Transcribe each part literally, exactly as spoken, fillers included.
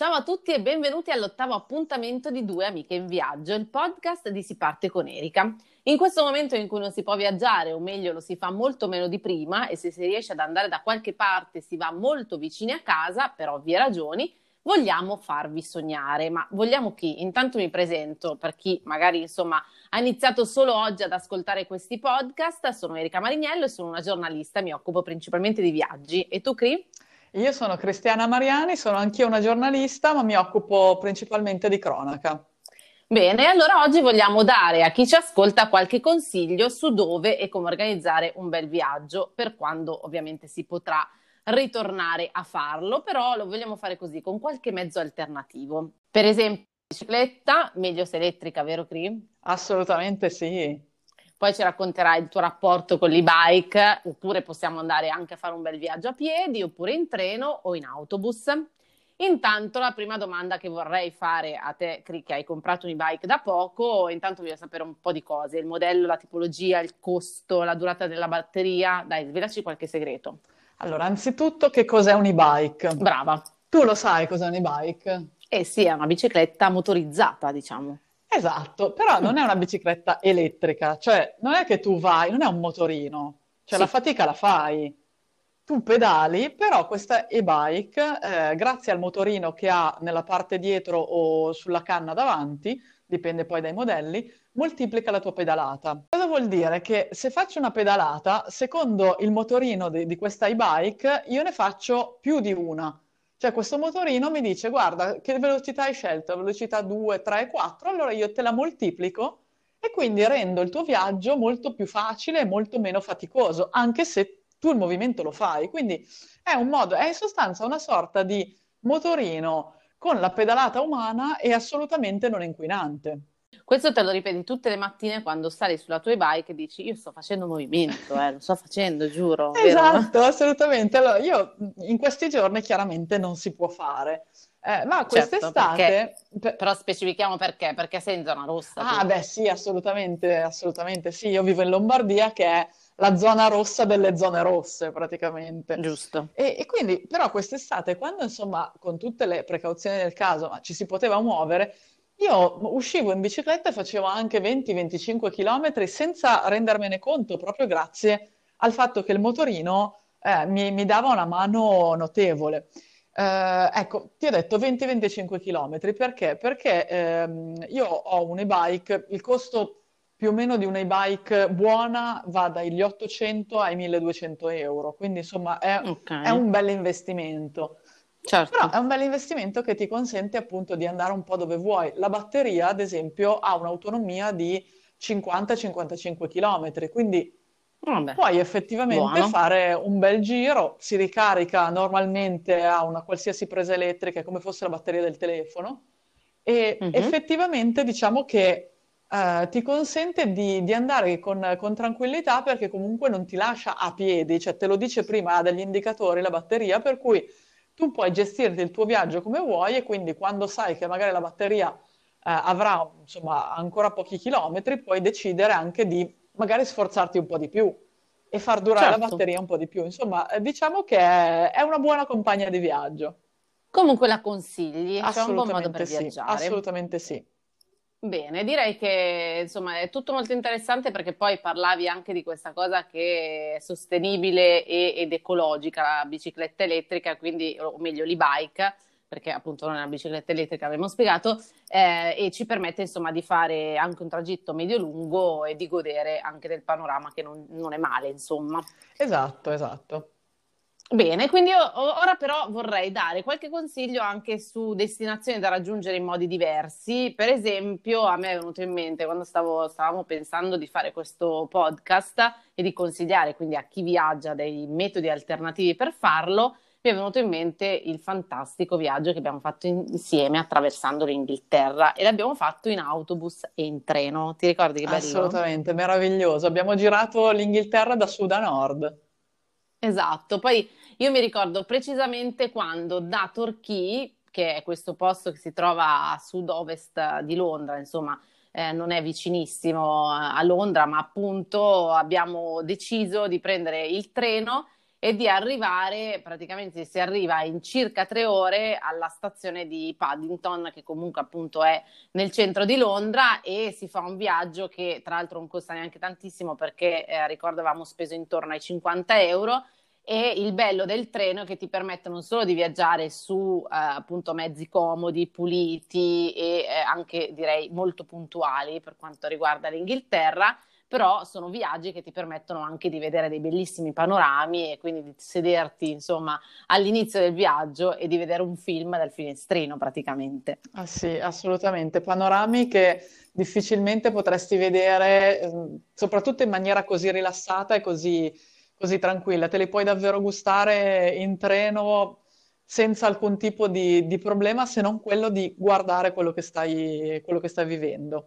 Ciao a tutti e benvenuti all'ottavo appuntamento di Due Amiche in Viaggio, il podcast di Si parte con Erika. In questo momento in cui non si può viaggiare, o meglio lo si fa molto meno di prima, e se si riesce ad andare da qualche parte si va molto vicini a casa, per ovvie ragioni, vogliamo farvi sognare. Ma vogliamo chi? Intanto mi presento, per chi magari insomma ha iniziato solo oggi ad ascoltare questi podcast. Sono Erika Marignello e sono una giornalista, mi occupo principalmente di viaggi. E tu, Cri? Io sono Cristiana Mariani, sono anch'io una giornalista, ma mi occupo principalmente di cronaca. Bene, allora oggi vogliamo dare a chi ci ascolta qualche consiglio su dove e come organizzare un bel viaggio, per quando ovviamente si potrà ritornare a farlo, però lo vogliamo fare così, con qualche mezzo alternativo. Per esempio, bicicletta, meglio se elettrica, vero Cri? Assolutamente sì. Poi ci racconterai il tuo rapporto con l'e-bike, oppure possiamo andare anche a fare un bel viaggio a piedi, oppure in treno o in autobus. Intanto la prima domanda che vorrei fare a te, Cri, che hai comprato un e-bike da poco, intanto voglio sapere un po' di cose, il modello, la tipologia, il costo, la durata della batteria. Dai, svelaci qualche segreto. Allora, anzitutto, che cos'è un e-bike? Brava. Tu lo sai cos'è un e-bike? Eh sì, è una bicicletta motorizzata, diciamo. Esatto, però Mm, non è una bicicletta elettrica, cioè non è che tu vai, non è un motorino, cioè la sì. fatica la fai. Tu pedali, però questa e-bike, eh, grazie al motorino che ha nella parte dietro o sulla canna davanti, dipende poi dai modelli, moltiplica la tua pedalata. Cosa vuol dire? Che se faccio una pedalata, secondo il motorino di, di questa e-bike, io ne faccio più di una. Cioè questo motorino mi dice, guarda, che velocità hai scelto? Velocità due, tre, quattro, allora io te la moltiplico e quindi rendo il tuo viaggio molto più facile e molto meno faticoso, anche se tu il movimento lo fai. Quindi è un modo, è in sostanza una sorta di motorino con la pedalata umana e assolutamente non inquinante. Questo te lo ripeti tutte le mattine quando sali sulla tua bike e dici io sto facendo movimento, eh, lo sto facendo, giuro, vero? Esatto, assolutamente. Allora, io in questi giorni chiaramente non si può fare, eh, ma Certo, perché, quest'estate... per- però specifichiamo perché, perché sei in zona rossa Ah, tu, beh, sì, assolutamente, assolutamente sì. Io vivo in Lombardia, che è la zona rossa delle zone rosse, praticamente. giusto? E, e quindi, però, quest'estate, quando insomma, con tutte le precauzioni del caso, ma ci si poteva muovere, io uscivo in bicicletta e facevo anche venti venticinque km senza rendermene conto, proprio grazie al fatto che il motorino, eh, mi, mi dava una mano notevole. Eh, ecco, ti ho detto venti venticinque km perché? Perché ehm, io ho un e-bike, il costo più o meno di un e-bike buona va dagli ottocento ai milleduecento euro, quindi insomma è, Ok, è un bel investimento. Però è certo. un bel investimento che ti consente appunto di andare un po' dove vuoi. La batteria, ad esempio, ha un'autonomia di cinquanta cinquantacinque km, quindi Vabbè, puoi effettivamente buono. fare un bel giro, si ricarica normalmente a una qualsiasi presa elettrica, è come fosse la batteria del telefono, e Mhm. effettivamente diciamo che eh, ti consente di, di andare con, con tranquillità perché comunque non ti lascia a piedi, cioè te lo dice prima, ha degli indicatori la batteria, per cui tu puoi gestirti il tuo viaggio come vuoi e quindi quando sai che magari la batteria eh, avrà insomma ancora pochi chilometri, puoi decidere anche di magari sforzarti un po' di più e far durare la Certo. batteria un po' di più. Insomma, eh, diciamo che è, è una buona compagna di viaggio. Comunque la consigli, c'è un buon modo per Assolutamente sì, viaggiare. assolutamente sì. Bene, direi che insomma è tutto molto interessante perché poi parlavi anche di questa cosa che è sostenibile e- ed ecologica, la bicicletta elettrica, quindi, o meglio l'e-bike, perché appunto non è una bicicletta elettrica, abbiamo spiegato, eh, e ci permette insomma di fare anche un tragitto medio-lungo e di godere anche del panorama che non, non è male, insomma. Esatto, esatto. Bene, quindi io o- ora però vorrei dare qualche consiglio anche su destinazioni da raggiungere in modi diversi. Per esempio, a me è venuto in mente quando stavo, stavamo pensando di fare questo podcast e di consigliare quindi a chi viaggia dei metodi alternativi per farlo, mi è venuto in mente il fantastico viaggio che abbiamo fatto in- insieme attraversando l'Inghilterra e l'abbiamo fatto in autobus e in treno. Ti ricordi che bello? Assolutamente, meraviglioso. Abbiamo girato l'Inghilterra da sud a nord. Esatto, poi io mi ricordo precisamente quando da Torquay, che è questo posto che si trova a sud-ovest di Londra, insomma, eh, non è vicinissimo a a Londra, ma appunto abbiamo deciso di prendere il treno e di arrivare, praticamente si arriva in circa tre ore alla stazione di Paddington, che comunque appunto è nel centro di Londra, e si fa un viaggio che tra l'altro non costa neanche tantissimo perché eh, ricordo avevamo speso intorno ai cinquanta euro. E il bello del treno è che ti permette non solo di viaggiare su eh, appunto mezzi comodi, puliti e eh, anche direi molto puntuali per quanto riguarda l'Inghilterra, però sono viaggi che ti permettono anche di vedere dei bellissimi panorami e quindi di sederti insomma all'inizio del viaggio e di vedere un film dal finestrino praticamente. Ah sì, assolutamente. Panorami che difficilmente potresti vedere, ehm, soprattutto in maniera così rilassata e così, così tranquilla. Te li puoi davvero gustare in treno senza alcun tipo di, di problema, se non quello di guardare quello che stai, quello che stai vivendo.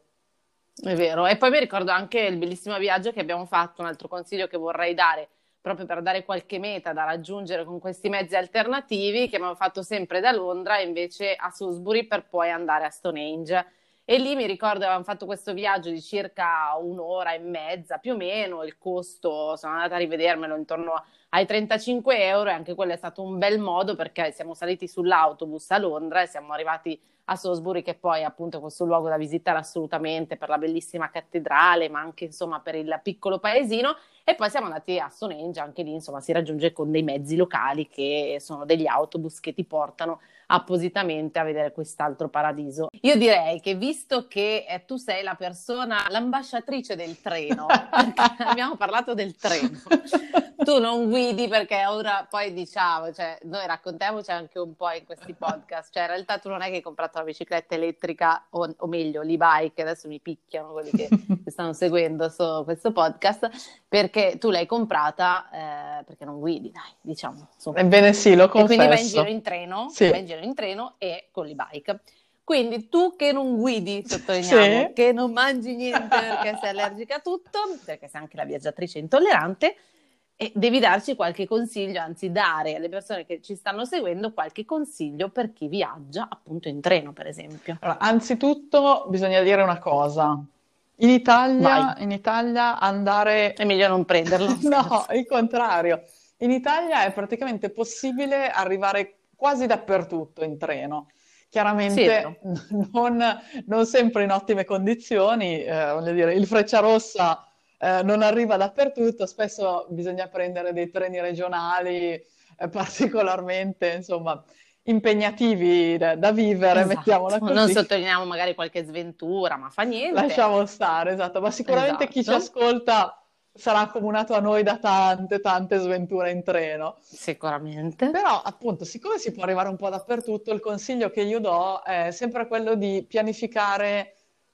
È vero, e poi mi ricordo anche il bellissimo viaggio che abbiamo fatto, un altro consiglio che vorrei dare, proprio per dare qualche meta da raggiungere con questi mezzi alternativi, che abbiamo fatto sempre da Londra, invece a Salisbury per poi andare a Stonehenge. E lì mi ricordo avevamo fatto questo viaggio di circa un'ora e mezza, più o meno, il costo, sono andata a rivedermelo intorno ai trentacinque euro, e anche quello è stato un bel modo perché siamo saliti sull'autobus a Londra e siamo arrivati a Salisbury, che poi appunto è questo luogo da visitare assolutamente per la bellissima cattedrale, ma anche insomma per il piccolo paesino. E poi siamo andati a Stonehenge, anche lì insomma si raggiunge con dei mezzi locali che sono degli autobus che ti portano appositamente a vedere quest'altro paradiso. Io direi che visto che eh, tu sei la persona, l'ambasciatrice del treno, perché abbiamo parlato del treno, tu non guidi perché ora poi diciamo, cioè noi raccontiamoci anche un po' in questi podcast, cioè in realtà tu non è che hai comprato la bicicletta elettrica o, o meglio l'e-bike, adesso mi picchiano quelli che stanno seguendo so, questo podcast, perché tu l'hai comprata eh, perché non guidi, dai, diciamo. Insomma. Ebbene sì, lo E quindi vai in giro confesso. in treno, Sì, vai in giro in treno e con l'e-bike. Quindi tu che non guidi, sottolineiamo, sì. che non mangi niente perché sei allergica a tutto, perché sei anche la viaggiatrice intollerante, e devi darci qualche consiglio, anzi dare alle persone che ci stanno seguendo qualche consiglio per chi viaggia appunto in treno, per esempio. Allora, anzitutto bisogna dire una cosa. In Vai, Italia, in Italia è andare... meglio non prenderlo, No, scherzo. il contrario. In Italia è praticamente possibile arrivare quasi dappertutto in treno. Sì, è vero. Chiaramente non, non sempre in ottime condizioni, eh, voglio dire, il Frecciarossa eh, non arriva dappertutto, spesso bisogna prendere dei treni regionali eh, particolarmente, insomma, impegnativi da, da vivere, mettiamola Esatto, non così. sottolineiamo magari qualche sventura, ma fa niente. Lasciamo stare, esatto, ma sicuramente chi ci Esatto, ascolta sarà accomunato a noi da tante, tante sventure in treno. sicuramente. Però, appunto, siccome si può arrivare un po' dappertutto, il consiglio che io do è sempre quello di pianificare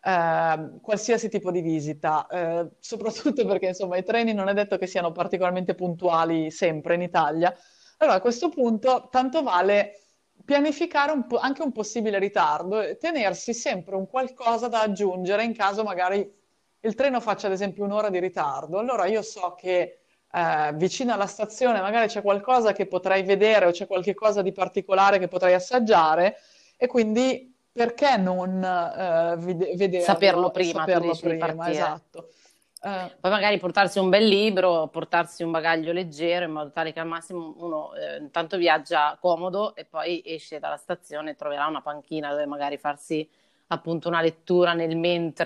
eh, qualsiasi tipo di visita, eh, soprattutto perché, insomma, i treni non è detto che siano particolarmente puntuali sempre in Italia. Allora, a questo punto, tanto vale pianificare un po' anche un possibile ritardo e tenersi sempre un qualcosa da aggiungere in caso magari il treno faccia, ad esempio, un'ora di ritardo. Allora io so che eh, vicino alla stazione magari c'è qualcosa che potrei vedere o c'è qualche cosa di particolare che potrei assaggiare e quindi perché non eh, vide- Saperlo vederlo e prima, tu saperlo dici di prima? partire. Esatto. Eh, Poi magari portarsi un bel libro, portarsi un bagaglio leggero in modo tale che al massimo uno eh, intanto viaggia comodo e poi esce dalla stazione e troverà una panchina dove magari farsi appunto una lettura nel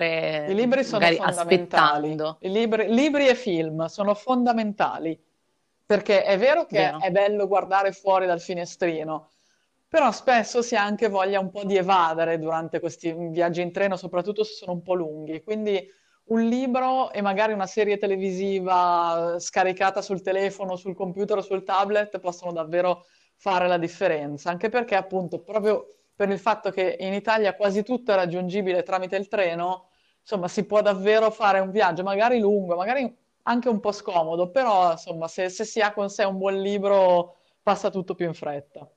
I mentre, libri sono magari fondamentali. aspettando, I libri, libri e film sono fondamentali perché è vero che vero? è bello guardare fuori dal finestrino, però spesso si ha anche voglia un po' di evadere durante questi viaggi in treno, soprattutto se sono un po' lunghi. Quindi un libro e magari una serie televisiva eh, scaricata sul telefono, sul computer o sul tablet possono davvero fare la differenza, anche perché appunto proprio per il fatto che in Italia quasi tutto è raggiungibile tramite il treno, insomma si può davvero fare un viaggio magari lungo, magari anche un po' scomodo, però insomma se, se si ha con sé un buon libro passa tutto più in fretta.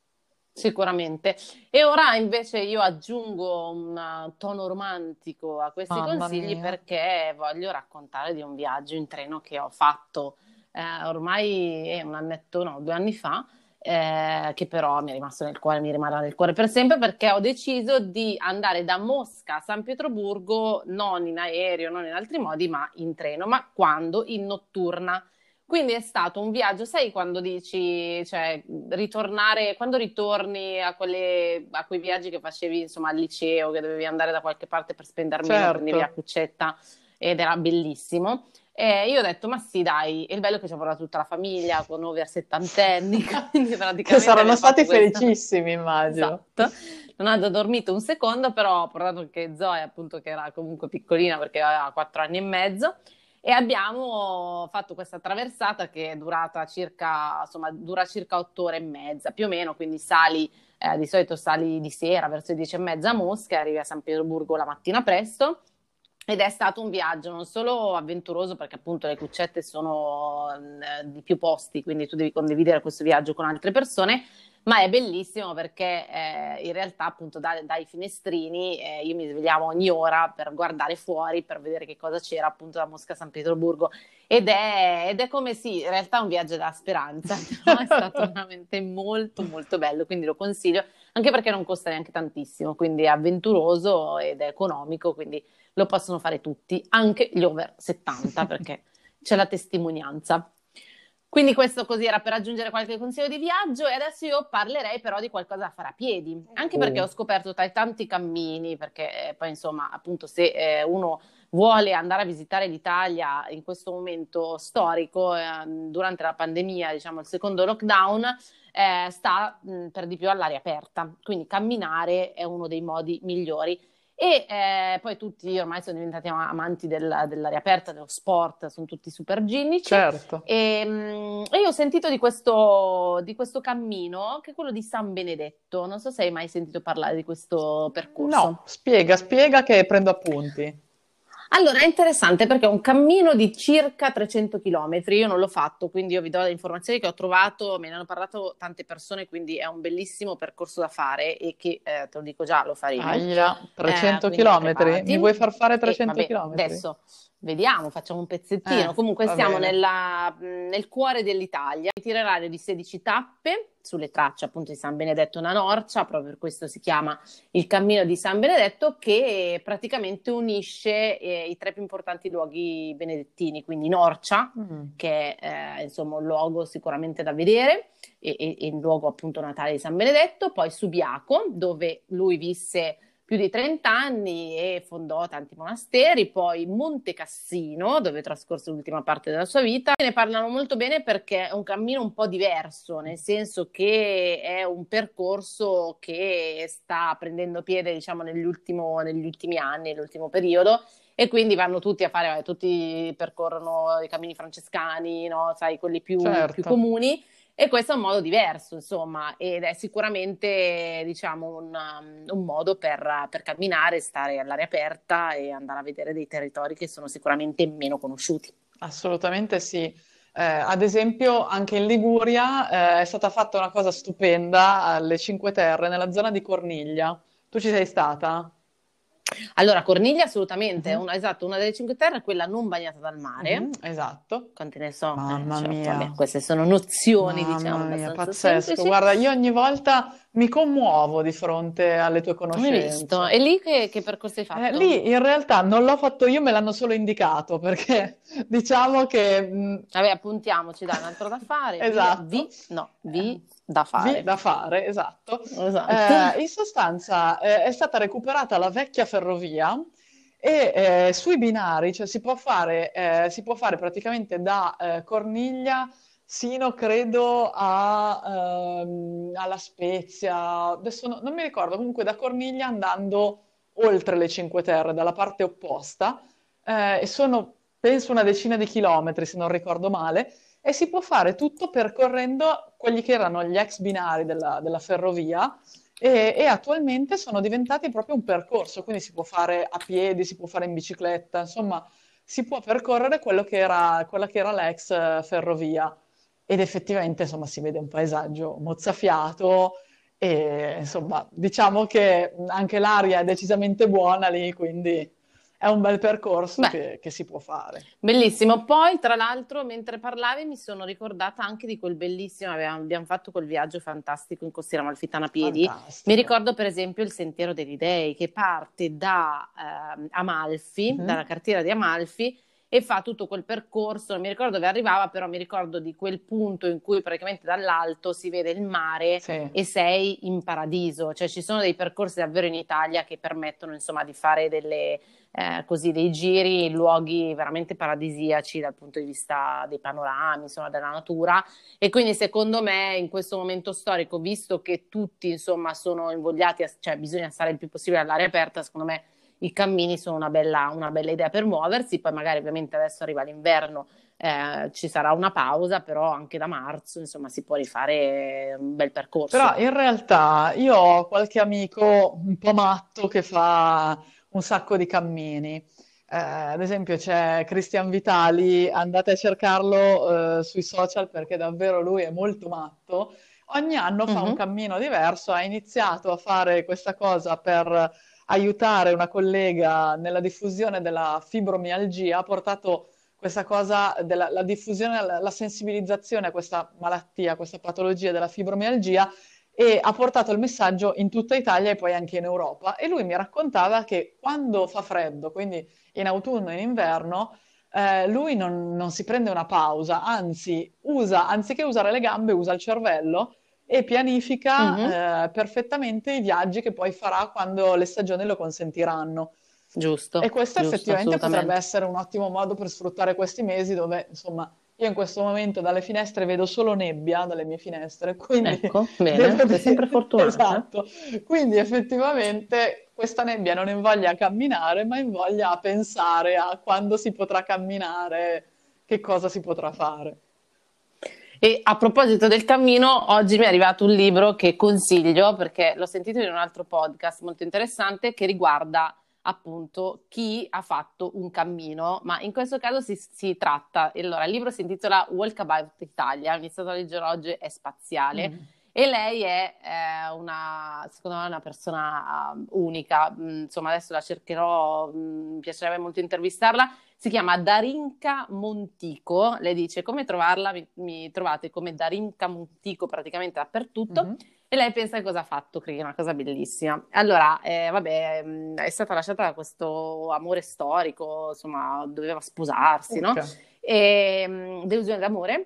Sicuramente. E ora invece io aggiungo un uh, tono romantico a questi Mamma consigli mia. perché voglio raccontare di un viaggio in treno che ho fatto eh, ormai è un annetto, no, due anni fa, eh, che però mi è rimasto nel cuore, mi rimarrà nel cuore per sempre perché ho deciso di andare da Mosca a San Pietroburgo non in aereo, non in altri modi, ma in treno. Ma quando? In notturna. Quindi è stato un viaggio, sai quando dici, cioè, ritornare, quando ritorni a, quelle, a quei viaggi che facevi, insomma, al liceo, che dovevi andare da qualche parte per spendere meno, prendevi la Certo, cuccetta ed era bellissimo. E io ho detto, ma sì, dai, e il bello è che ci avrà tutta la famiglia, con over settantenni, quindi che praticamente saranno abbiamo stati fatto questo. felicissimi, immagino. Esatto, non ho dormito un secondo, però ho portato che Zoe, appunto, che era comunque piccolina perché aveva quattro anni e mezzo, e abbiamo fatto questa traversata che è durata circa, insomma, dura circa otto ore e mezza, più o meno, quindi sali, eh, di solito sali di sera verso le dieci e mezza a Mosca e arrivi a San Pietroburgo la mattina presto. Ed è stato un viaggio non solo avventuroso perché appunto le cuccette sono eh, di più posti, quindi tu devi condividere questo viaggio con altre persone, ma è bellissimo perché eh, in realtà appunto da- dai finestrini eh, io mi svegliavo ogni ora per guardare fuori, per vedere che cosa c'era appunto da Mosca a San Pietroburgo ed è, ed è come sì, in realtà è un viaggio della speranza, però è stato veramente molto molto bello, quindi lo consiglio anche perché non costa neanche tantissimo, quindi è avventuroso ed è economico, quindi lo possono fare tutti, anche gli over settanta, perché c'è la testimonianza. Quindi questo così era per aggiungere qualche consiglio di viaggio e adesso io parlerei però di qualcosa da fare a piedi, anche perché ho Oh. scoperto tra i tanti cammini, perché eh, poi insomma appunto se eh, uno vuole andare a visitare l'Italia in questo momento storico, eh, durante la pandemia, diciamo il secondo lockdown, eh, sta mh, per di più all'aria aperta, quindi camminare è uno dei modi migliori. E eh, poi tutti ormai sono diventati am- amanti del- dell'aria aperta, dello sport, sono tutti super ginnici. Certo. E, mm, e io ho sentito di questo, di questo cammino, che è quello di San Benedetto. Non so se hai mai sentito parlare di questo No, percorso. spiega, spiega che prendo appunti. Allora, è interessante perché è un cammino di circa trecento chilometri. Io non l'ho fatto, quindi io vi do le informazioni che ho trovato, me ne hanno parlato tante persone, quindi è un bellissimo percorso da fare e che, eh, te lo dico già, lo faremo. Ahia, Eh, trecento quindi chilometri? Mi preparati. vuoi far fare E trecento vabbè, chilometri? adesso vediamo, facciamo un Eh, pezzettino. Comunque va siamo bene. nella- mh, nel cuore dell'Italia. Itinerario di sedici tappe sulle tracce appunto di San Benedetto una Norcia, proprio per questo si chiama il Cammino di San Benedetto, che praticamente unisce eh, i tre più importanti luoghi benedettini, quindi Norcia, Mm. che è eh, insomma un luogo sicuramente da vedere, e, e, e il luogo appunto natale di San Benedetto, poi Subiaco, dove lui visse più di trenta anni e fondò tanti monasteri, poi Monte Cassino, dove trascorse l'ultima parte della sua vita. Ne parlano molto bene perché è un cammino un po' diverso, nel senso che è un percorso che sta prendendo piede, diciamo, negli, ultimo, negli ultimi anni, nell'ultimo periodo, e quindi vanno tutti a fare, vabbè, tutti percorrono i cammini francescani, no? Sai, quelli più, più Certo. comuni, e questo è un modo diverso, insomma, ed è sicuramente, diciamo, un, um, un modo per, per camminare, stare all'aria aperta e andare a vedere dei territori che sono sicuramente meno conosciuti. Assolutamente sì. Eh, ad esempio, anche in Liguria, eh, è stata fatta una cosa stupenda alle Cinque Terre, nella zona di Corniglia. Tu ci sei stata? Allora, Corniglia assolutamente, è Mhm. una, esatto, una delle Cinque Terre, quella non bagnata dal Mhm, mare. esatto. Quante ne so? Eh, Mamma certo, vabbè, mia. queste sono nozioni, diciamo, Mamma mia, abbastanza pazzesco. semplici. Guarda, io ogni volta mi commuovo di fronte alle tue Hai visto? conoscenze. E lì che, che percorso hai Eh, fatto? lì in realtà non l'ho fatto io, me l'hanno solo indicato perché diciamo che mh, Vabbè, appuntiamoci, dai, un altro da fare, V, esatto, V, no, eh, V da vi fare. da fare, esatto. Esatto. Eh, in sostanza eh, è stata recuperata la vecchia ferrovia e eh, sui binari, cioè si può fare, eh, si può fare praticamente da eh, Corniglia sino, credo, a, ehm, alla Spezia. Adesso no- non mi ricordo, comunque da Corniglia andando oltre le Cinque Terre, dalla parte opposta, eh, e sono, penso, una decina di chilometri, se non ricordo male, e si può fare tutto percorrendo quelli che erano gli ex binari della, della ferrovia e, e attualmente sono diventati proprio un percorso, quindi si può fare a piedi, si può fare in bicicletta, insomma, si può percorrere quello che era, quella che era l'ex eh, ferrovia ed effettivamente, insomma, si vede un paesaggio mozzafiato e, insomma, diciamo che anche l'aria è decisamente buona lì, quindi è un bel percorso Beh, che che si può fare. bellissimo. Poi, tra l'altro, mentre parlavi, mi sono ricordata anche di quel bellissimo, abbiamo, abbiamo fatto quel viaggio fantastico in Costiera Amalfitana a piedi. Mi Fantastico. ricordo, per esempio, il Sentiero degli Dei, che parte da ehm, Amalfi, Mhm. dalla cartiera di Amalfi, e fa tutto quel percorso, non mi ricordo dove arrivava, però mi ricordo di quel punto in cui praticamente dall'alto si vede il mare Sì. e sei in paradiso, cioè ci sono dei percorsi davvero in Italia che permettono insomma di fare delle, eh, così, dei giri in luoghi veramente paradisiaci dal punto di vista dei panorami, insomma della natura, e quindi secondo me in questo momento storico, visto che tutti insomma sono invogliati, a, cioè bisogna stare il più possibile all'aria aperta, secondo me i cammini sono una bella, una bella idea per muoversi. Poi magari ovviamente adesso arriva l'inverno, eh, ci sarà una pausa, però anche da marzo insomma si può rifare un bel Però percorso. in realtà io ho qualche amico un po' matto che fa un sacco di cammini. Eh, ad esempio c'è Cristian Vitali, andate a cercarlo eh, sui social perché davvero lui è molto matto. Ogni anno fa un Mhm. cammino diverso, ha iniziato a fare questa cosa per aiutare una collega nella diffusione della fibromialgia, ha portato questa cosa della la diffusione, la, la sensibilizzazione a questa malattia, a questa patologia della fibromialgia, e ha portato il messaggio in tutta Italia e poi anche in Europa. E lui mi raccontava che quando fa freddo, quindi in autunno e in inverno, eh, lui non, non si prende una pausa, anzi, usa, anziché usare le gambe, usa il cervello e Mhm. pianifica eh, perfettamente i viaggi che poi farà quando le stagioni lo consentiranno. E Giusto, questo giusto, effettivamente potrebbe assolutamente. essere un ottimo modo per sfruttare questi mesi dove, insomma, io in questo momento dalle finestre vedo solo nebbia dalle mie finestre, quindi Ecco, devo bene, sei dire, sempre fortunata. esatto, quindi effettivamente questa nebbia non invoglia a camminare, ma invoglia a pensare a quando si potrà camminare, che cosa si potrà fare. E a proposito del cammino, oggi mi è arrivato un libro che consiglio perché l'ho sentito in un altro podcast molto interessante che riguarda appunto chi ha fatto un cammino, ma in questo caso si, si tratta, allora il libro si intitola Walkabout Italia, ho iniziato a leggere oggi, è spaziale Mm. e lei è eh, una, secondo me, una persona uh, unica. Mm, insomma adesso la cercherò, mm, mi piacerebbe molto intervistarla. Si chiama Darinka Montico, lei dice come trovarla, mi, mi trovate come Darinka Montico praticamente dappertutto, Mhm. e lei pensa che cosa ha fatto, che è una cosa bellissima. Allora, eh, vabbè, mh, è stata lasciata da questo amore storico, insomma, doveva sposarsi, no? Urca. E, mh, delusione d'amore.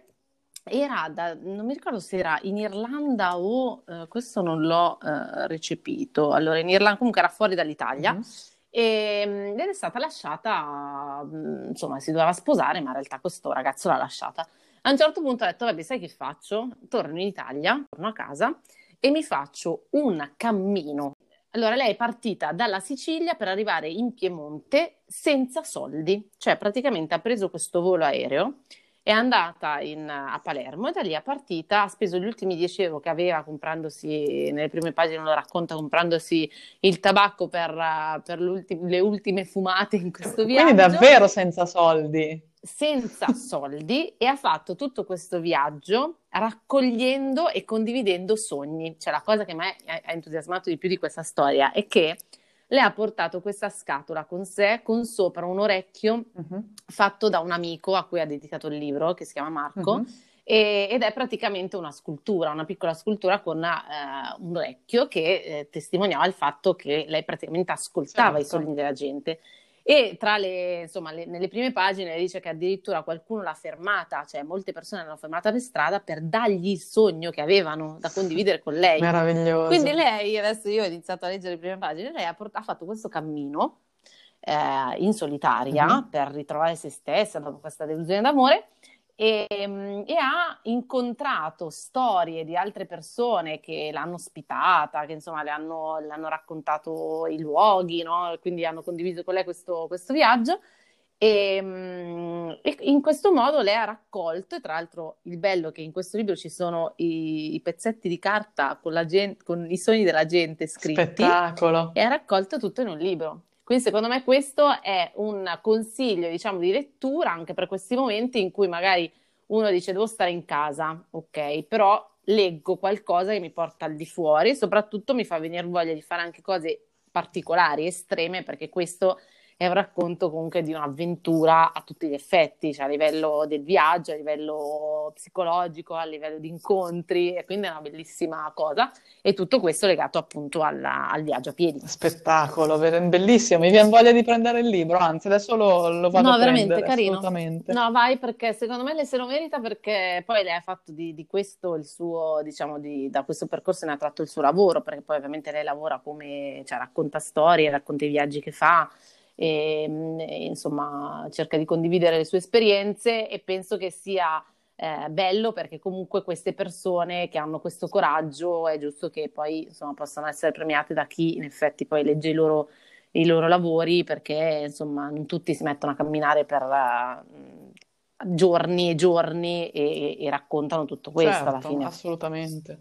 Era da, non mi ricordo se era in Irlanda o eh, questo non l'ho eh, recepito. Allora, in Irlanda comunque era fuori dall'Italia Mhm. e, ed è stata lasciata, mh, insomma, si doveva sposare, ma in realtà questo ragazzo l'ha lasciata. A un certo punto ha detto, vabbè, sai che faccio? Torno in Italia, torno a casa e mi faccio un cammino. Allora, lei è partita dalla Sicilia per arrivare in Piemonte senza soldi, cioè praticamente ha preso questo volo aereo, è andata in- a Palermo e da lì è partita, ha speso gli ultimi dieci euro che aveva comprandosi, nelle prime pagine lo racconta, comprandosi il tabacco per, eh, per l'ulti- le ultime fumate in questo Quindi viaggio davvero senza soldi. senza soldi e ha fatto tutto questo viaggio raccogliendo e condividendo sogni. Cioè la cosa che mi ha ha entusiasmato di più di questa storia è che lei ha portato questa scatola con sé, con sopra un orecchio Mhm. fatto da un amico a cui ha dedicato il libro, che si chiama Marco, Mhm. e- ed è praticamente una scultura, una piccola scultura con eh, un orecchio che eh, testimoniava il fatto che lei praticamente ascoltava i Certo. sogni della gente. E tra le, insomma, le- nelle prime pagine dice che addirittura qualcuno l'ha fermata, cioè molte persone l'hanno fermata per strada per dargli il sogno che avevano da condividere con lei. Quindi Meraviglioso. lei, adesso io ho iniziato a leggere le prime pagine, lei ha, port- ha fatto questo cammino eh, in solitaria Mhm. per ritrovare se stessa dopo questa delusione d'amore e, e ha incontrato storie di altre persone che l'hanno ospitata, che insomma le hanno, le hanno raccontato i luoghi, no? Quindi hanno condiviso con lei questo, questo viaggio. E, mm, e in questo modo lei ha raccolto, e tra l'altro il bello è che in questo libro ci sono i, i pezzetti di carta con, la gen- con i sogni della gente scritti e Spettacolo. ha raccolto tutto in un libro. Quindi secondo me questo è un consiglio, diciamo, di lettura anche per questi momenti in cui magari uno dice devo stare in casa, ok, però leggo qualcosa che mi porta al di fuori e soprattutto mi fa venire voglia di fare anche cose particolari, estreme, perché questo è un racconto comunque di un'avventura a tutti gli effetti, cioè a livello del viaggio, a livello psicologico, a livello di incontri, e quindi è una bellissima cosa, e tutto questo legato appunto alla- al viaggio a piedi. Spettacolo, ver- bellissimo, mi viene voglia di prendere il libro, anzi adesso lo, lo vado a No, veramente prendere, carino. assolutamente. No, vai perché secondo me lei se lo merita, perché poi lei ha fatto di, di questo il suo, diciamo, di- da questo percorso ne ha tratto il suo lavoro, perché poi ovviamente lei lavora come, cioè racconta storie, racconta i viaggi che fa e, mh, e, insomma cerca di condividere le sue esperienze, e penso che sia eh, bello perché comunque queste persone che hanno questo coraggio è giusto che poi insomma possano essere premiate da chi in effetti poi legge i loro i loro lavori, perché insomma non tutti si mettono a camminare per eh, giorni e giorni e, e raccontano tutto questo alla Certo, fine. assolutamente.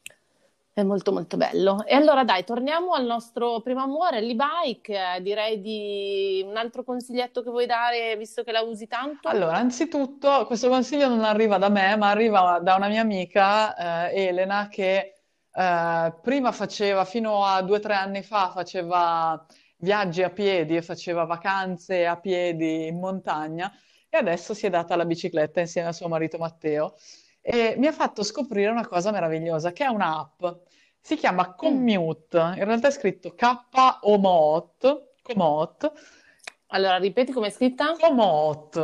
È molto molto bello. E allora dai, torniamo al nostro primo amore, l'e-bike. Eh, direi di un altro consiglietto che vuoi dare, visto che la usi tanto. Allora, anzitutto, questo consiglio non arriva da me, ma arriva da una mia amica, eh, Elena, che eh, prima faceva, fino a due o tre anni fa, faceva viaggi a piedi e faceva vacanze a piedi in montagna, e adesso si è data alla bicicletta insieme a suo marito Matteo. E mi ha fatto scoprire una cosa meravigliosa, che è un'app. Si chiama Mm. Commute, in realtà è scritto K-O-M-O-T, Komoot, Allora, ripeti come è scritta? Komoot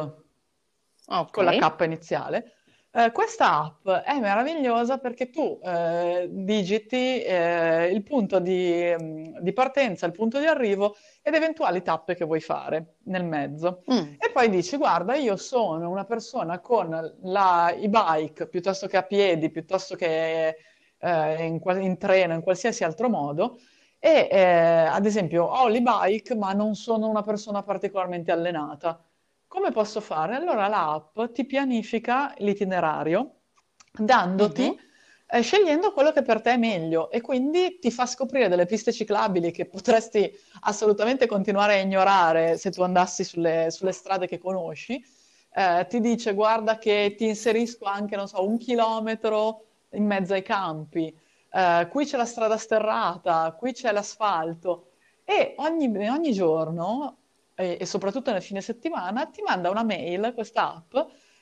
Ok. con la K iniziale. Eh, questa app è meravigliosa perché tu eh, digiti eh, il punto di, mm, di partenza, il punto di arrivo ed eventuali tappe che vuoi fare nel mezzo. Mm. E poi dici, guarda, io sono una persona con la e-bike piuttosto che a piedi, piuttosto che eh, in, qual- in treno, in qualsiasi altro modo. E eh, ad esempio ho l'e-bike, ma non sono una persona particolarmente allenata. Come posso fare? Allora l'app ti pianifica l'itinerario dandoti, Mhm. eh, scegliendo quello che per te è meglio, e quindi ti fa scoprire delle piste ciclabili che potresti assolutamente continuare a ignorare se tu andassi sulle, sulle strade che conosci. Eh, ti dice guarda che ti inserisco anche, non so, un chilometro in mezzo ai campi. Eh, qui c'è la strada sterrata, qui c'è l'asfalto, e ogni, ogni giorno, e, e soprattutto nel fine settimana, ti manda una mail, questa app,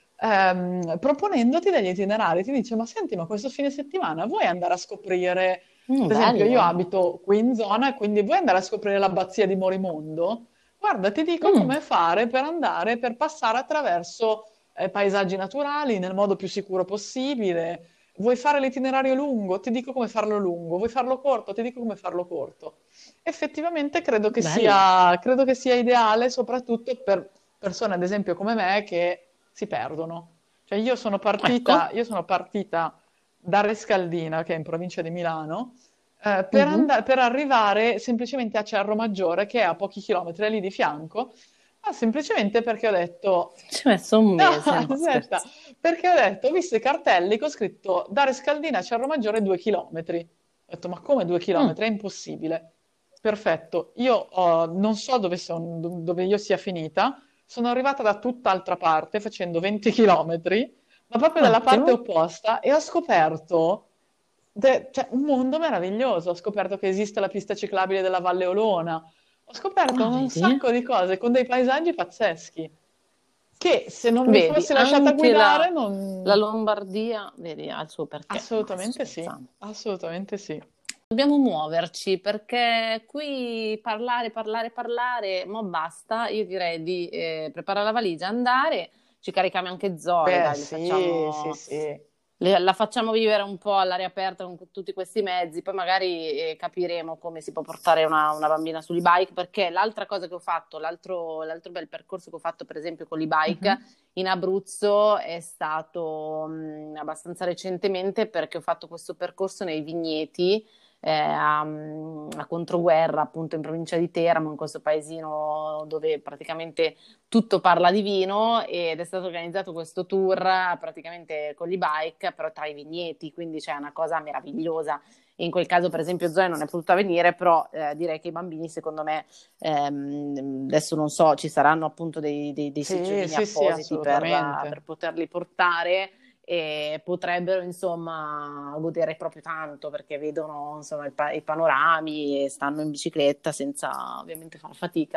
ehm, proponendoti degli itinerari. Ti dice, ma senti, ma questo fine settimana vuoi andare a scoprire, Mm, ad esempio io bello. abito qui in zona, e quindi vuoi andare a scoprire l'abbazia di Morimondo? Guarda, ti dico Mm. come fare per andare, per passare attraverso eh, paesaggi naturali nel modo più sicuro possibile. Vuoi fare l'itinerario lungo? Ti dico come farlo lungo. Vuoi farlo corto? Ti dico come farlo corto. Effettivamente credo che Bello. sia, credo che sia ideale soprattutto per persone, ad esempio, come me, che si perdono. Cioè io sono partita, Ecco. io sono partita da Rescaldina, che è in provincia di Milano, eh, per, Mhm. and- per arrivare semplicemente a Cerro Maggiore, che è a pochi chilometri, è lì di fianco, ma semplicemente perché ho detto, Ci ho messo un no, mese, no, aspetta, scherzo. perché ho detto, ho visto i cartelli con scritto da Rescaldina a Cerro Maggiore due chilometri. Ho detto, ma come due Mm. chilometri? È impossibile. Perfetto, io ho- non so dove, son- dove io sia finita, sono arrivata da tutt'altra parte facendo venti chilometri, ma proprio dalla parte Ottimo. opposta, e ho scoperto de- cioè, un mondo meraviglioso. Ho scoperto che esiste la pista ciclabile della Valle Olona, ho scoperto Ah, un vedi? sacco di cose con dei paesaggi pazzeschi, che se non mi Vedi, fossi lasciata anche guidare la, la non... Lombardia, vedi, ha il suo perché. No, sto Assolutamente sì, scherzando. assolutamente sì. Dobbiamo muoverci perché qui parlare, parlare, parlare, ma basta. Io direi di eh, preparare la valigia, andare, ci carichiamo anche Zoe, Beh, dai, le sì, sì, facciamo, sì. le- la facciamo vivere un po' all'aria aperta con tutti questi mezzi, poi magari eh, capiremo come si può portare una, una bambina sull'e-bike, perché l'altra cosa che ho fatto, l'altro, l'altro bel percorso che ho fatto per esempio con l'e-bike Mhm. in Abruzzo è stato mh, abbastanza recentemente, perché ho fatto questo percorso nei vigneti eh, a, a Controguerra, appunto in provincia di Teramo, in questo paesino dove praticamente tutto parla di vino, ed è stato organizzato questo tour praticamente con l'e-bike, però tra i vigneti, quindi c'è una cosa meravigliosa. In quel caso, per esempio, Zoe non è potuta venire, però eh, direi che i bambini, secondo me, ehm, adesso non so, ci saranno appunto dei, dei, dei Sì, seggiolini sì, sì, appositi per, per assolutamente. poterli portare, e potrebbero insomma godere proprio tanto perché vedono insomma i, pa- i panorami e stanno in bicicletta senza ovviamente far fatica,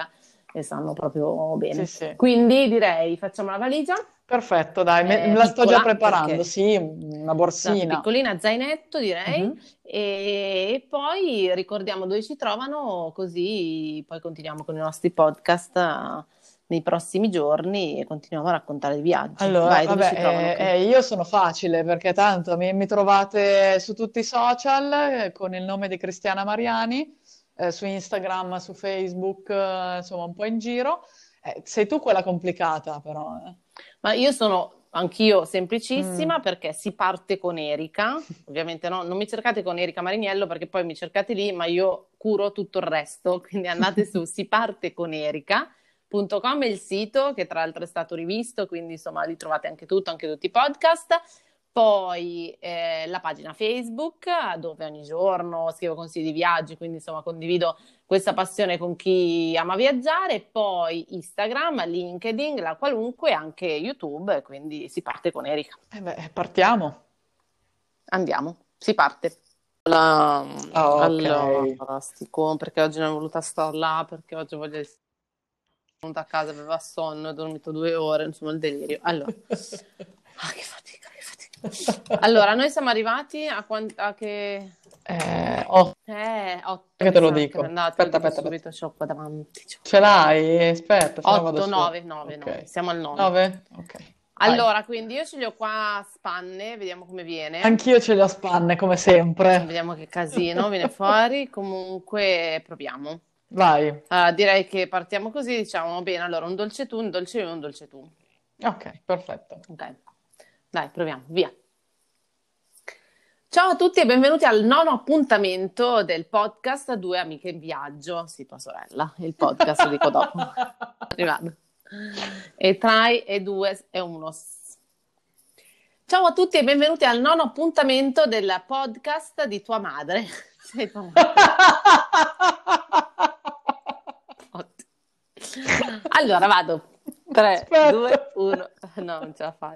e sanno proprio bene. Sì, sì. Quindi direi facciamo la valigia. Perfetto, dai, me, me Eh, la sto già piccola, preparando, perché sì, una esatto, borsina. piccolina, zainetto direi, Mhm. e, e poi ricordiamo dove ci trovano, così poi continuiamo con i nostri podcast eh, nei prossimi giorni e continuiamo a raccontare i viaggi. Allora, Vai, dove vabbè, ci trovano? eh, Che... eh, io sono facile perché tanto mi, mi trovate su tutti i social eh, con il nome di Cristiana Mariani, eh, su Instagram, su Facebook, eh, insomma un po' in giro. Eh, sei tu quella complicata però. Eh. Ma io sono anch'io Mm. semplicissima perché si parte con Erika, ovviamente no, non mi cercate con Erika Mariniello perché poi mi cercate lì, ma io curo tutto il resto, quindi andate su si parte con Erika punto com è il sito che tra l'altro è stato rivisto, quindi insomma lì trovate anche tutto, anche tutti i podcast. Poi eh, la pagina Facebook dove ogni giorno scrivo consigli di viaggi, quindi insomma condivido questa passione con chi ama viaggiare, poi Instagram, LinkedIn, la qualunque, anche YouTube, quindi si parte con Erika. Eh beh, partiamo. Andiamo, si parte. La- Ah, ok. Allora, sti con- perché oggi non ho voluta star là, perché oggi voglio essere venuta a casa, aveva sonno, ho dormito due ore, insomma il delirio. Allora, ah, che fatica, che fatica. Allora, noi siamo arrivati a, quant- a che... Eh, oh, Eh, otto che mi te lo sa che dico. andate, lo Aspetta, dico aspetta, aspetta. subito, c'ho qua davanti. c'ho Ce l'hai? Aspetta, se no vado otto, su. nove, nove, nove. Ok. Siamo al nove. nove? Ok. Vai. Allora, quindi io ce li ho qua a spanne, vediamo come viene. Anch'io ce le ho a spanne, come sempre. Vediamo che casino viene fuori. Comunque, proviamo. Vai. Allora, direi che partiamo così, diciamo, bene, allora un dolce tu, un dolce io, un dolce tu. Ok, perfetto. Ok, dai, proviamo, via. Ciao a tutti e benvenuti al nono appuntamento del podcast Due amiche in viaggio. Sì, tua sorella, il podcast lo dico dopo. Arrivando. E tre, e due, e uno. Ciao a tutti e benvenuti al nono appuntamento del podcast di tua madre. Sei tua madre. Ottimo. Allora vado. tre, Aspetta. due, uno. No, non ce la fai.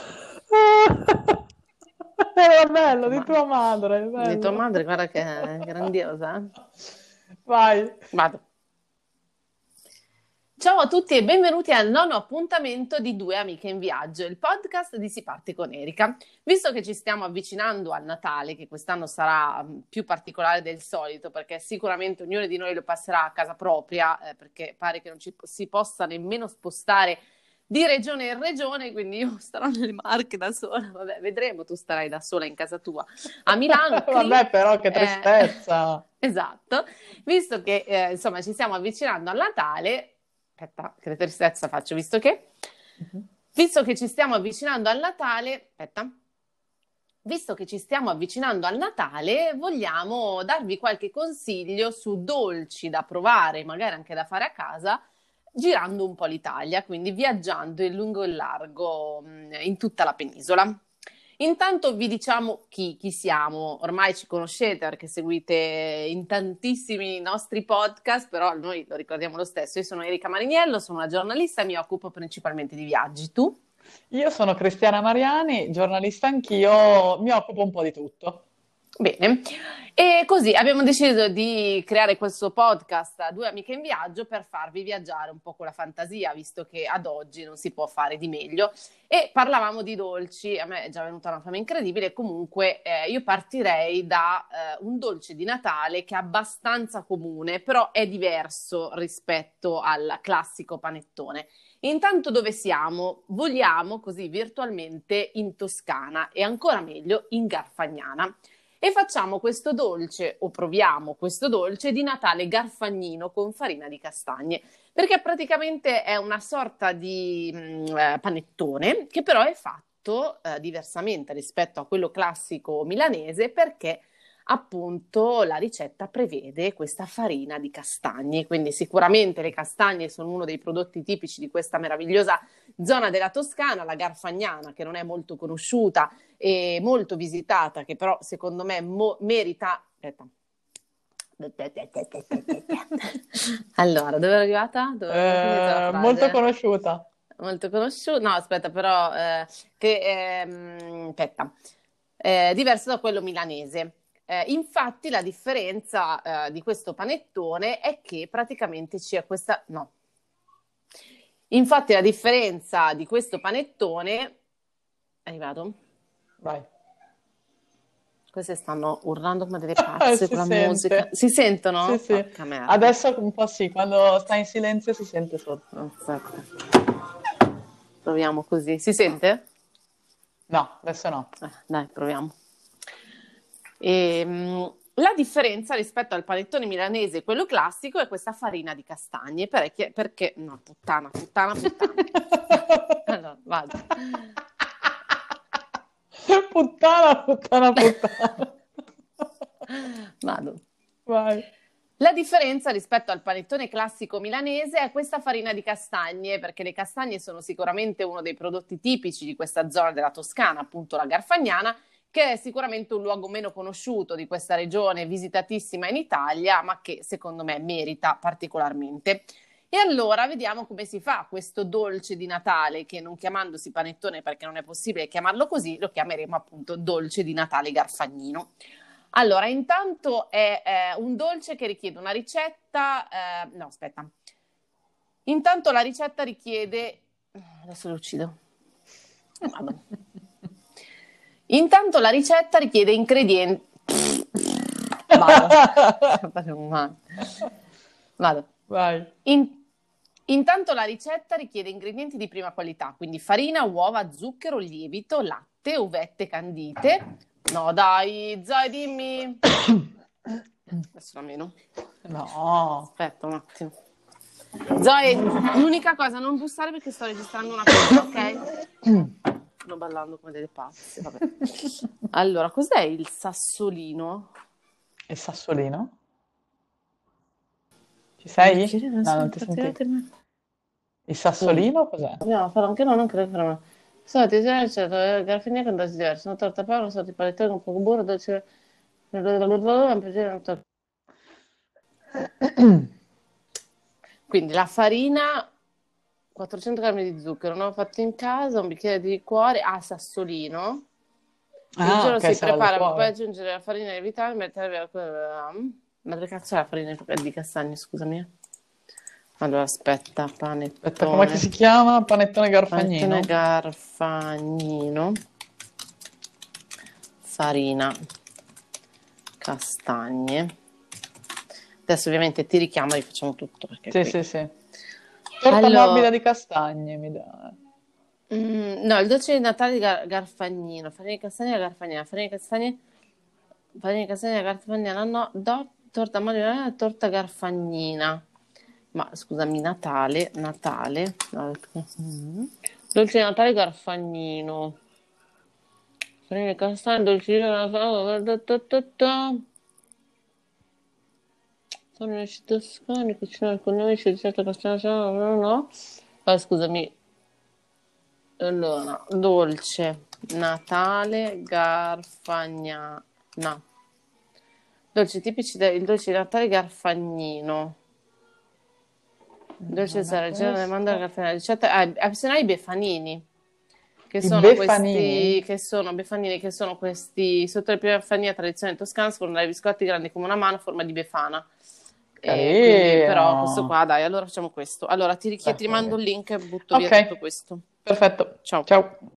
Era Di bello, tua di madre. tua madre, è Di tua bello. madre, guarda che è grandiosa. eh. Vai. Vado. Ciao a tutti e benvenuti al nono appuntamento di Due amiche in viaggio, il podcast di Si parte con Erika. Visto che ci stiamo avvicinando al Natale, che quest'anno sarà mh, più particolare del solito, perché sicuramente ognuno di noi lo passerà a casa propria, eh, perché pare che non ci si possa nemmeno spostare di regione in regione, quindi io starò nelle Marche da sola, vabbè, vedremo, tu starai da sola in casa tua a Milano, cri, Vabbè, però che eh, tristezza. esatto, visto che eh, insomma ci stiamo avvicinando al Natale. Aspetta, che tristezza faccio, visto che, Mhm. visto che ci stiamo avvicinando al Natale, aspetta, visto che ci stiamo avvicinando al Natale, vogliamo darvi qualche consiglio su dolci da provare, magari anche da fare a casa, girando un po' l'Italia, quindi viaggiando in lungo e in largo mh, in tutta la penisola. Intanto vi diciamo chi, chi siamo, ormai ci conoscete perché seguite in tantissimi nostri podcast, però noi lo ricordiamo lo stesso. Io sono Erika Mariniello, sono una giornalista e mi occupo principalmente di viaggi. Tu? Io sono Cristiana Mariani, giornalista anch'io, mi occupo un po' di tutto. Bene, e così abbiamo deciso di creare questo podcast a Due amiche in viaggio per farvi viaggiare un po' con la fantasia, visto che ad oggi non si può fare di meglio. E parlavamo di dolci, a me è già venuta una fame incredibile, comunque eh, io partirei da eh, un dolce di Natale che è abbastanza comune, però è diverso rispetto al classico panettone. Intanto dove siamo? Voliamo così virtualmente in Toscana e ancora meglio in Garfagnana. E facciamo questo dolce, o proviamo questo dolce di Natale garfagnino con farina di castagne, perché praticamente è una sorta di mh, eh, panettone che però è fatto eh, diversamente rispetto a quello classico milanese, perché appunto la ricetta prevede questa farina di castagne, quindi sicuramente le castagne sono uno dei prodotti tipici di questa meravigliosa zona della Toscana, la Garfagnana, che non è molto conosciuta e molto visitata, che però secondo me mo- merita... Aspetta. Allora, dove ero arrivata? Dove avevo finito la Eh, molto frase? conosciuta. Molto conosciuto, no, aspetta, però, eh, che, ehm, aspetta, eh, diverso da quello milanese. Eh, infatti, la differenza, eh, di questo panettone è che praticamente c'è questa, no, Infatti la differenza di questo panettone... È arrivato? Vai. Queste stanno urlando come delle pazze Si con la sente. musica. Si sentono? Sì, sì. Porca merda. Adesso un po' sì, quando sta in silenzio si sente sotto. Aspetta. Proviamo così. Si sente? No, adesso no. Eh, dai, proviamo. Ehm, la differenza rispetto al panettone milanese, quello classico, è questa farina di castagne. Perché? Perché no, puttana, puttana, puttana. Allora, vado. Puttana, puttana, puttana. Vado. Vai. La differenza rispetto al panettone classico milanese è questa farina di castagne, perché le castagne sono sicuramente uno dei prodotti tipici di questa zona della Toscana, appunto la Garfagnana, che è sicuramente un luogo meno conosciuto di questa regione, visitatissima in Italia, ma che secondo me merita particolarmente. E allora vediamo come si fa questo dolce di Natale, che non chiamandosi panettone perché non è possibile chiamarlo così, lo chiameremo appunto dolce di Natale Garfagnino. Allora, intanto è eh, un dolce che richiede una ricetta, eh, no aspetta, intanto la ricetta richiede, adesso lo uccido, vado. Intanto la ricetta richiede ingredienti, vado, vado. Vai. In... Intanto la ricetta richiede ingredienti di prima qualità, quindi farina, uova, zucchero, lievito, latte, uvette candite. No, dai, Zoe, dimmi. Adesso la meno. No. Aspetta un attimo. Zoe, l'unica cosa, non bussare perché sto registrando una cosa, ok? Sto ballando come delle pazze, vabbè. Allora, cos'è il sassolino? Il sassolino? Ci sei? No, non ti senti. Il sassolino cos'è? Dobbiamo farlo anche noi, non credo che farlo. Sono ti c'è Garfagna con dolci diversi, sono torta paolo, sono tipo panettone con poco burro, dolce quindi la farina, quattrocento grammi di zucchero, no? Fatto in casa, un bicchiere di liquore, ah, sassolino. Il Ah, giorno ok, si sarà prepara, liquore. poi aggiungere la farina di vitale, mettere... Ma dove cazzo è la farina di castagne, scusami? Allora, aspetta, panettone. Aspetta, com'è che si chiama? Panettone Garfagnino? Panettone Garfagnino. Farina. Castagne. Adesso ovviamente ti richiamo e rifacciamo tutto. Perché Sì, qui... sì, sì. Torta Allora- morbida di castagne, mi dà. Mm, no, il dolce di Natale di Gar- Garfagnino. Farina di castagne e Garfagnana. Farina di castagne... Farina di castagne e Garfagnana. No, do, torta morbida, torta Garfagnina. Ma scusami, Natale, Natale, mm. Dolce di Natale Garfagnino. Farina di castagne, dolce di Natale. Sono amici toscani, cucinare con amici di certa castagna, no, no. Ah, scusami. Allora, dolce, Natale, Garfagnana. Dolci tipici del il dolce di Natale Garfagnino. Dolce di Saragino, le mandorle, Garfagnana. Ricetta, ah, eh, se no i befanini. Che I sono befanini? questi, che sono befanini, che sono questi, sotto le prime Befania tradizione toscana, si formano dai biscotti grandi come una mano a forma di befana. E quindi, però Carino. questo qua, dai, allora facciamo questo. Allora ti, richied- ti Dai, mando vai. il link e butto via Ok. tutto questo. Perfetto. Ciao. Ciao.